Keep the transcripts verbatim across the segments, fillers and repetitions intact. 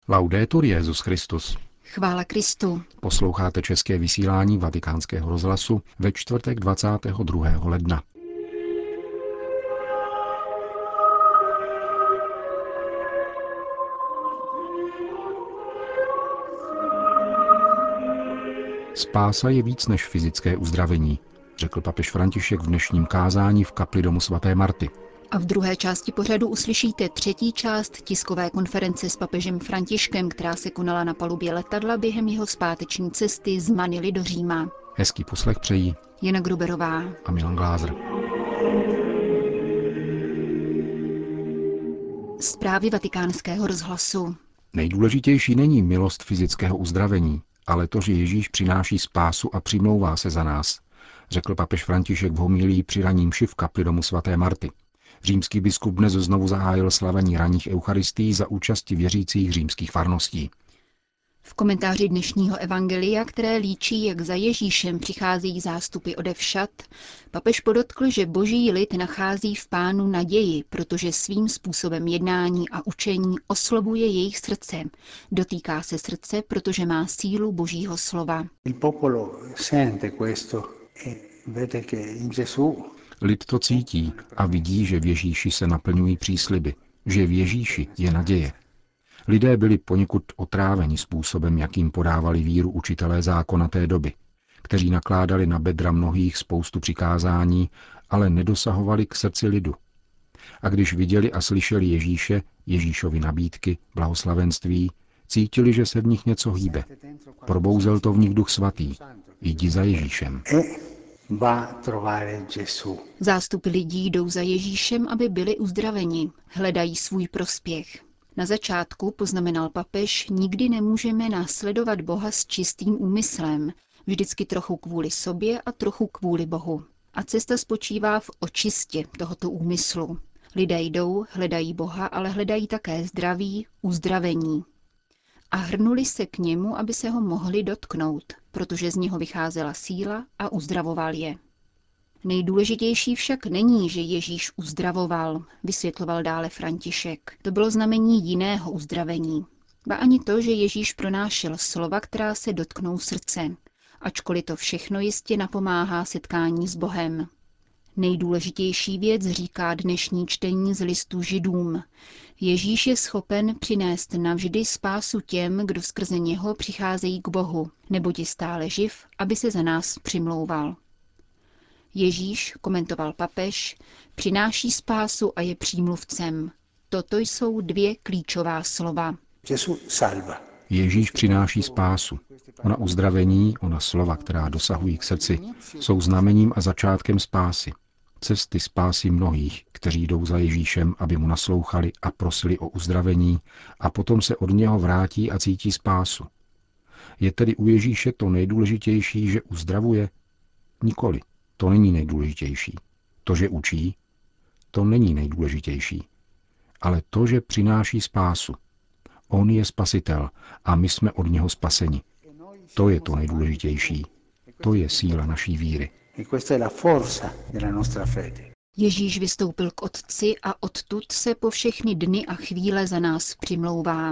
Laudetur Jesus Christus. Chvála Kristu. Posloucháte české vysílání Vatikánského rozhlasu ve čtvrtek dvacátého druhého ledna. Spása je víc než fyzické uzdravení, řekl papež František v dnešním kázání v kapli domu svaté Marty. A v druhé části pořadu uslyšíte třetí část tiskové konference s papežem Františkem, která se konala na palubě letadla během jeho zpáteční cesty z Manily do Říma. Hezký poslech přejí Jana Gruberová a Milan Glázer. Zprávy Vatikánského rozhlasu. Nejdůležitější není milost fyzického uzdravení, ale to, že Ježíš přináší spásu a přimlouvá se za nás, řekl papež František v homilii při raní mši v kapli domu svaté Marty. Římský biskup dnes znovu zahájil slavení ranních eucharistií za účasti věřících římských farností. V komentáři dnešního evangelia, které líčí, jak za Ježíšem přicházejí zástupy odevšad, papež podotkl, že boží lid nachází v Pánu naději, protože svým způsobem jednání a učení oslovuje jejich srdce. Dotýká se srdce, protože má sílu božího slova. Lid to cítí a vidí, že v Ježíši se naplňují přísliby, že v Ježíši je naděje. Lidé byli poněkud otráveni způsobem, jakým podávali víru učitelé zákona té doby, kteří nakládali na bedra mnohých spoustu přikázání, ale nedosahovali k srdci lidu. A když viděli a slyšeli Ježíše, Ježíšovy nabídky, blahoslavenství, cítili, že se v nich něco hýbe. Probouzel to v nich Duch Svatý. Jdi za Ježíšem. Zástupy lidí jdou za Ježíšem, aby byli uzdraveni, hledají svůj prospěch. Na začátku, poznamenal papež, nikdy nemůžeme následovat Boha s čistým úmyslem, vždycky trochu kvůli sobě a trochu kvůli Bohu. A cesta spočívá v očistě tohoto úmyslu. Lidé jdou, hledají Boha, ale hledají také zdraví, uzdravení. A hrnuli se k němu, aby se ho mohli dotknout, protože z něho vycházela síla a uzdravoval je. Nejdůležitější však není, že Ježíš uzdravoval, vysvětloval dále František. To bylo znamení jiného uzdravení. Ba ani to, že Ježíš pronášel slova, která se dotknou srdce, ačkoliv to všechno jistě napomáhá setkání s Bohem. Nejdůležitější věc říká dnešní čtení z listu Židům. Ježíš je schopen přinést navždy spásu těm, kdo skrze něho přicházejí k Bohu, neboť je stále živ, aby se za nás přimlouval. Ježíš, komentoval papež, přináší spásu a je přímluvcem. Toto jsou dvě klíčová slova. Ježíš přináší spásu. Ona uzdravení, ona slova, která dosahují k srdci, jsou znamením a začátkem spásy. Cesty spásy mnohých, kteří jdou za Ježíšem, aby mu naslouchali a prosili o uzdravení a potom se od něho vrátí a cítí spásu. Je tedy u Ježíše to nejdůležitější, že uzdravuje? Nikoli. To není nejdůležitější. To, že učí, to není nejdůležitější. Ale to, že přináší spásu. On je spasitel a my jsme od něho spaseni. To je to nejdůležitější. To je síla naší víry. Ježíš vystoupil k Otci a odtud se po všechny dny a chvíle za nás přimlouvá.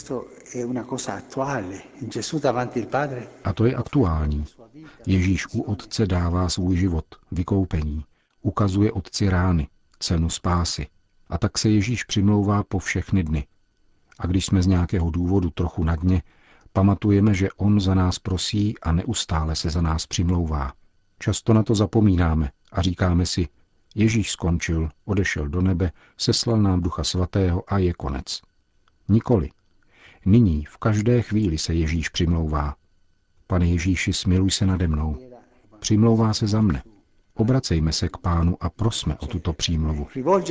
A to je aktuální. Ježíš u Otce dává svůj život, vykoupení, ukazuje Otci rány, cenu spásy. A tak se Ježíš přimlouvá po všechny dny. A když jsme z nějakého důvodu trochu na dně, pamatujeme, že on za nás prosí a neustále se za nás přimlouvá. Často na to zapomínáme a říkáme si, Ježíš skončil, odešel do nebe, seslal nám Ducha Svatého a je konec. Nikoli. Nyní, v každé chvíli se Ježíš přimlouvá. Pane Ježíši, smiluj se nade mnou. Přimlouvá se za mne. Obracejme se k Pánu a prosme o tuto přímluvu.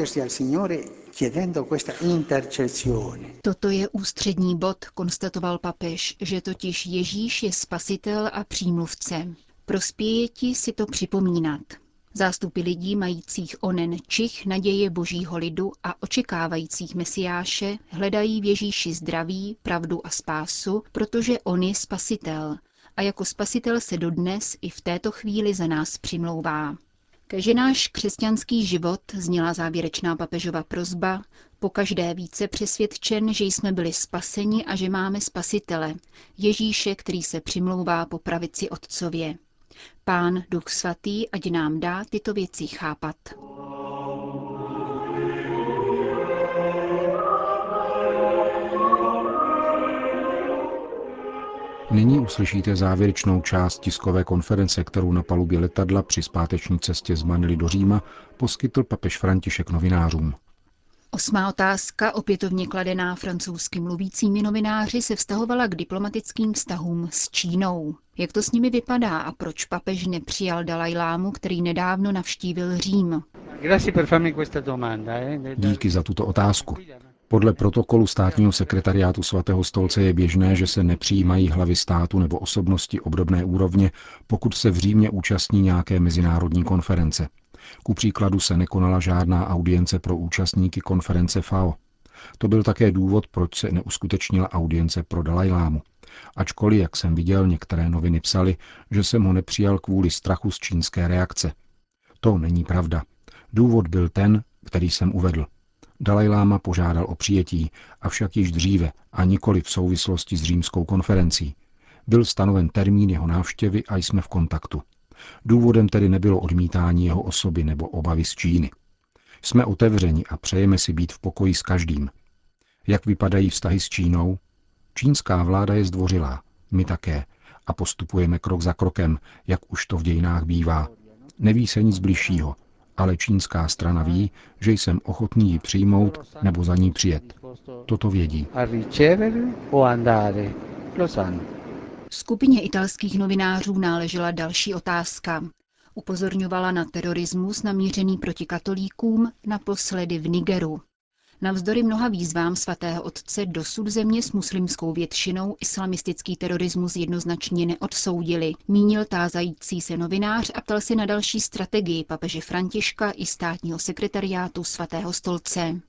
Toto je ústřední bod, konstatoval papež, že totiž Ježíš je spasitel a přímluvce. Prospěje ti si to připomínat. Zástupy lidí majících onen čich naděje božího lidu a očekávajících Mesiáše hledají v Ježíši zdraví, pravdu a spásu, protože on je spasitel a jako spasitel se dodnes i v této chvíli za nás přimlouvá. Keže náš křesťanský život, zněla závěrečná papežova prosba, pokaždé více přesvědčen, že jsme byli spaseni a že máme spasitele, Ježíše, který se přimlouvá po pravici Otcově. Pán, Duch Svatý, ať nám dá tyto věci chápat. Nyní uslyšíte závěrečnou část tiskové konference, kterou na palubě letadla při zpáteční cestě z Manily do Říma poskytl papež František novinářům. Osmá otázka, opětovně kladená francouzsky mluvícími novináři, se vztahovala k diplomatickým vztahům s Čínou. Jak to s nimi vypadá a proč papež nepřijal Dalajlámu, který nedávno navštívil Řím? Díky za tuto otázku. Podle protokolu státního sekretariátu Svatého stolce je běžné, že se nepřijímají hlavy státu nebo osobnosti obdobné úrovně, pokud se v Římě účastní nějaké mezinárodní konference. Ku příkladu se nekonala žádná audience pro účastníky konference F A O. To byl také důvod, proč se neuskutečnila audience pro Dalajlámu. Ačkoliv, jak jsem viděl, některé noviny psaly, že jsem ho nepřijal kvůli strachu z čínské reakce. To není pravda. Důvod byl ten, který jsem uvedl. Dalajláma požádal o přijetí, avšak již dříve a nikoli v souvislosti s římskou konferencí. Byl stanoven termín jeho návštěvy a jsme v kontaktu. Důvodem tedy nebylo odmítání jeho osoby nebo obavy z Číny. Jsme otevřeni a přejeme si být v pokoji s každým. Jak vypadají vztahy s Čínou? Čínská vláda je zdvořilá, my také, a postupujeme krok za krokem, jak už to v dějinách bývá. Neví se nic bližšího, ale čínská strana ví, že jsem ochotný ji přijmout nebo za ní přijet. Toto vědí. Skupině italských novinářů náležela další otázka. Upozorňovala na terorismus namířený proti katolíkům, naposledy v Nigeru. Navzdory mnoha výzvám svatého otce dosud země s muslimskou většinou islamistický terorismus jednoznačně neodsoudili, mínil tázající se novinář a ptal se na další strategii papeže Františka i státního sekretariátu svatého stolce.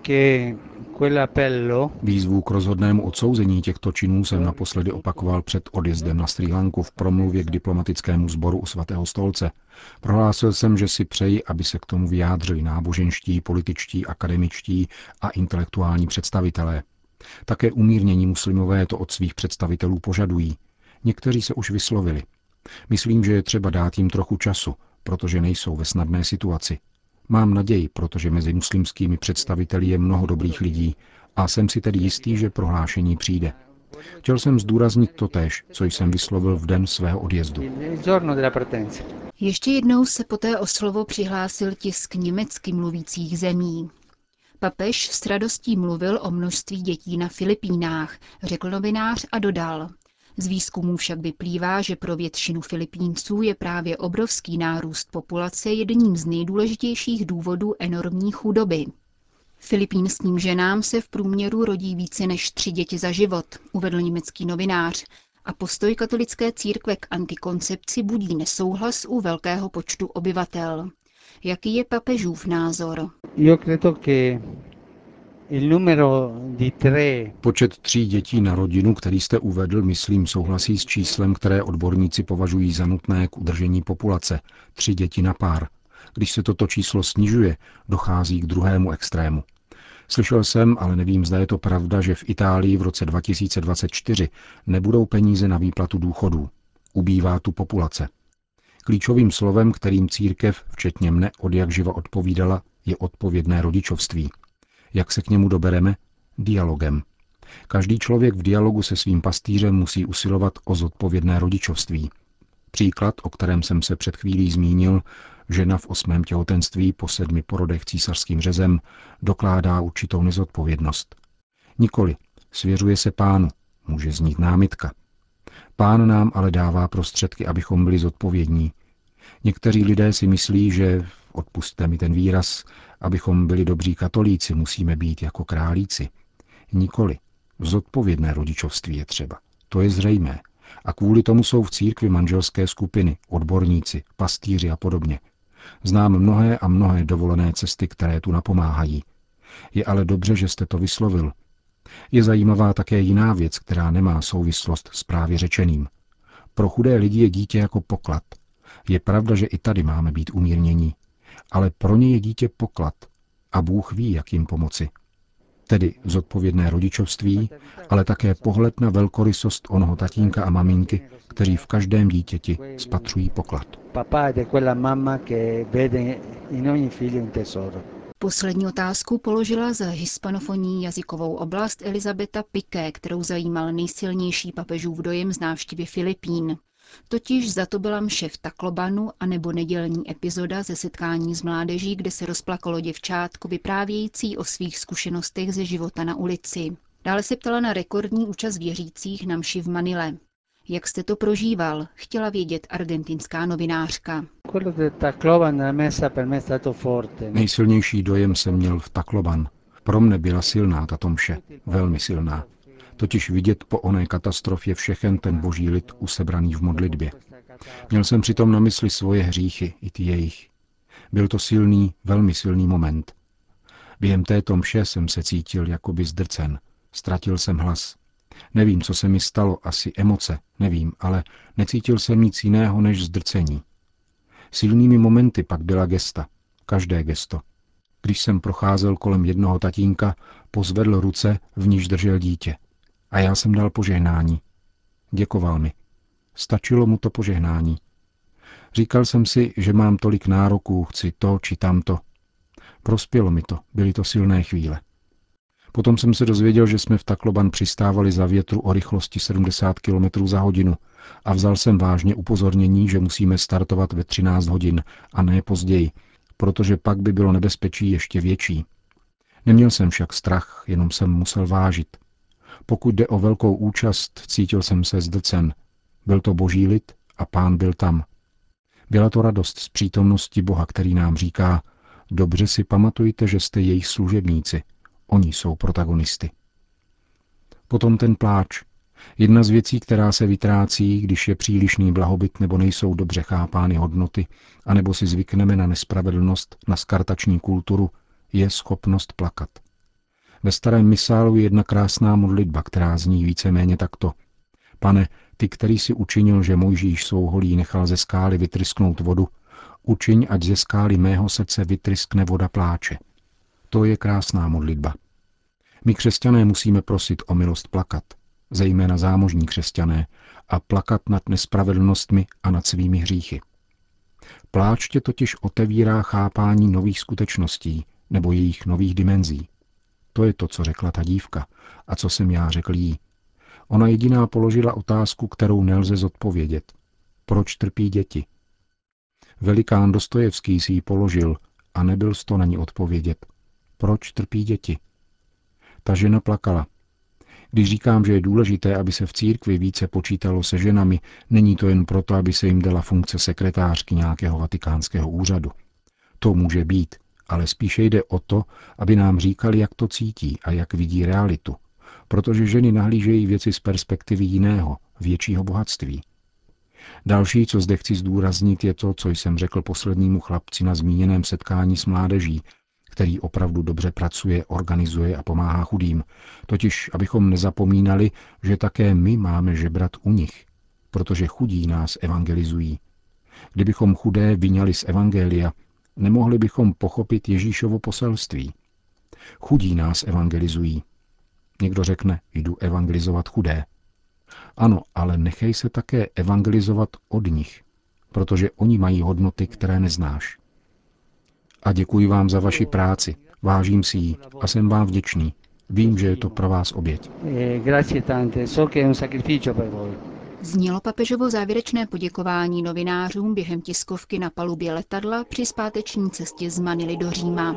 Výzvu k rozhodnému odsouzení těchto činů jsem naposledy opakoval před odjezdem na Srí Lanku v promluvě k diplomatickému sboru u svatého stolce. Prohlásil jsem, že si přeji, aby se k tomu vyjádřili náboženští, političtí, akademičtí a intelektuální představitelé. Také umírnění muslimové to od svých představitelů požadují. Někteří se už vyslovili. Myslím, že je třeba dát jim trochu času, protože nejsou ve snadné situaci. Mám naději, protože mezi muslimskými představiteli je mnoho dobrých lidí a jsem si tedy jistý, že prohlášení přijde. Chtěl jsem zdůraznit totéž, co jsem vyslovil v den svého odjezdu. Ještě jednou se poté o slovo přihlásil tisk německy mluvících zemí. Papež s radostí mluvil o množství dětí na Filipínách, řekl novinář a dodal. Z výzkumů však vyplývá, že pro většinu Filipínců je právě obrovský nárůst populace jedním z nejdůležitějších důvodů enormní chudoby. Filipínským ženám se v průměru rodí více než tři děti za život, uvedl německý novinář, a postoj katolické církve k antikoncepci budí nesouhlas u velkého počtu obyvatel. Jaký je papežův názor? Počet tří dětí na rodinu, který jste uvedl, myslím, souhlasí s číslem, které odborníci považují za nutné k udržení populace. Tři děti na pár. Když se toto číslo snižuje, dochází k druhému extrému. Slyšel jsem, ale nevím, zda je to pravda, že v Itálii v roce dva tisíce dvacet čtyři nebudou peníze na výplatu důchodů. Ubývá tu populace. Klíčovým slovem, kterým církev, včetně mne, odjakživa odpovídala, je odpovědné rodičovství. Jak se k němu dobereme? Dialogem. Každý člověk v dialogu se svým pastýřem musí usilovat o zodpovědné rodičovství. Příklad, o kterém jsem se před chvílí zmínil, žena v osmém těhotenství po sedmi porodech císařským řezem dokládá určitou nezodpovědnost. Nikoli, svěřuje se Pánu, může znít námitka. Pán nám ale dává prostředky, abychom byli zodpovědní. Někteří lidé si myslí, že, odpusťte mi ten výraz, abychom byli dobří katolíci, musíme být jako králíci. Nikoli. Zodpovědné rodičovství je třeba. To je zřejmé. A kvůli tomu jsou v církvi manželské skupiny, odborníci, pastýři a podobně. Znám mnohé a mnohé dovolené cesty, které tu napomáhají. Je ale dobře, že jste to vyslovil. Je zajímavá také jiná věc, která nemá souvislost s právě řečeným. Pro chudé lidi je dítě jako poklad. Je pravda, že i tady máme být umírnění, ale pro ně je dítě poklad a Bůh ví, jak jim pomoci. Tedy zodpovědné rodičovství, ale také pohled na velkorysost onoho tatínka a maminky, kteří v každém dítěti spatřují poklad. Poslední otázku položila za hispanofonní jazykovou oblast Elizabeta Piqué, kterou zajímal nejsilnější papežův dojem z návštěvy Filipín. Totiž za to byla mše v Taclobanu anebo nedělní epizoda ze setkání s mládeží, kde se rozplakalo děvčátko vyprávějící o svých zkušenostech ze života na ulici. Dále se ptala na rekordní účast věřících na mši v Manile. Jak jste to prožíval, chtěla vědět argentinská novinářka. Nejsilnější dojem jsem měl v Tacloban. Pro mne byla silná tato mše, velmi silná. Totiž vidět po oné katastrofě všechen ten boží lid usebraný v modlitbě. Měl jsem přitom na mysli svoje hříchy, i ty jejich. Byl to silný, velmi silný moment. Během této mše jsem se cítil jakoby zdrcen. Ztratil jsem hlas. Nevím, co se mi stalo, asi emoce, nevím, ale necítil jsem nic jiného než zdrcení. Silnými momenty pak byla gesta, každé gesto. Když jsem procházel kolem jednoho tatínka, pozvedl ruce, v níž držel dítě. A já jsem dal požehnání. Děkoval mi. Stačilo mu to požehnání. Říkal jsem si, že mám tolik nároků, chci to či tamto. Prospělo mi to, byly to silné chvíle. Potom jsem se dozvěděl, že jsme v Tacloban přistávali za větru o rychlosti sedmdesát kilometrů za hodinu a vzal jsem vážně upozornění, že musíme startovat ve třináct hodin a ne později, protože pak by bylo nebezpečí ještě větší. Neměl jsem však strach, jenom jsem musel vážit. Pokud jde o velkou účast, cítil jsem se zdrcen. Byl to boží lid a Pán byl tam. Byla to radost z přítomnosti Boha, který nám říká, dobře si pamatujte, že jste jejich služebníci. Oni jsou protagonisty. Potom ten pláč. Jedna z věcí, která se vytrácí, když je přílišný blahobyt nebo nejsou dobře chápány hodnoty, anebo si zvykneme na nespravedlnost, na skartační kulturu, je schopnost plakat. Ve starém misálu je jedna krásná modlitba, která zní víceméně takto. Pane, ty, který si učinil, že Mojžíš svou holí nechal ze skály vytrysknout vodu, učiň, ať ze skály mého srdce vytryskne voda pláče. To je krásná modlitba. My křesťané musíme prosit o milost plakat, zejména zámožní křesťané, a plakat nad nespravedlnostmi a nad svými hříchy. Pláč tě totiž otevírá chápání nových skutečností nebo jejich nových dimenzí. To je to, co řekla ta dívka a co jsem já řekl jí. Ona jediná položila otázku, kterou nelze zodpovědět. Proč trpí děti? Velikán Dostojevský si ji položil a nebyl sto na ní odpovědět. Proč trpí děti? Ta žena plakala. Když říkám, že je důležité, aby se v církvi více počítalo se ženami, není to jen proto, aby se jim dala funkce sekretářky nějakého vatikánského úřadu. To může být, ale spíše jde o to, aby nám říkali, jak to cítí a jak vidí realitu, protože ženy nahlížejí věci z perspektivy jiného, většího bohatství. Další, co zde chci zdůraznit, je to, co jsem řekl poslednímu chlapci na zmíněném setkání s mládeží, který opravdu dobře pracuje, organizuje a pomáhá chudým. Totiž, abychom nezapomínali, že také my máme žebrat u nich, protože chudí nás evangelizují. Kdybychom chudé vyňali z evangelia, nemohli bychom pochopit Ježíšovo poselství. Chudí nás evangelizují. Někdo řekne, jdu evangelizovat chudé. Ano, ale nechej se také evangelizovat od nich, protože oni mají hodnoty, které neznáš. A děkuji vám za vaši práci, vážím si ji a jsem vám vděčný. Vím, že je to pro vás oběť. Znělo papežovo závěrečné poděkování novinářům během tiskovky na palubě letadla při zpáteční cestě z Manily do Říma.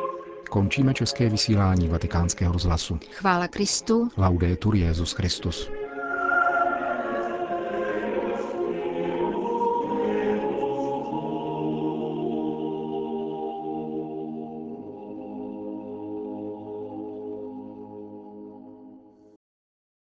Končíme české vysílání Vatikánského rozhlasu. Chvála Kristu. Laudetur Jesus Christus.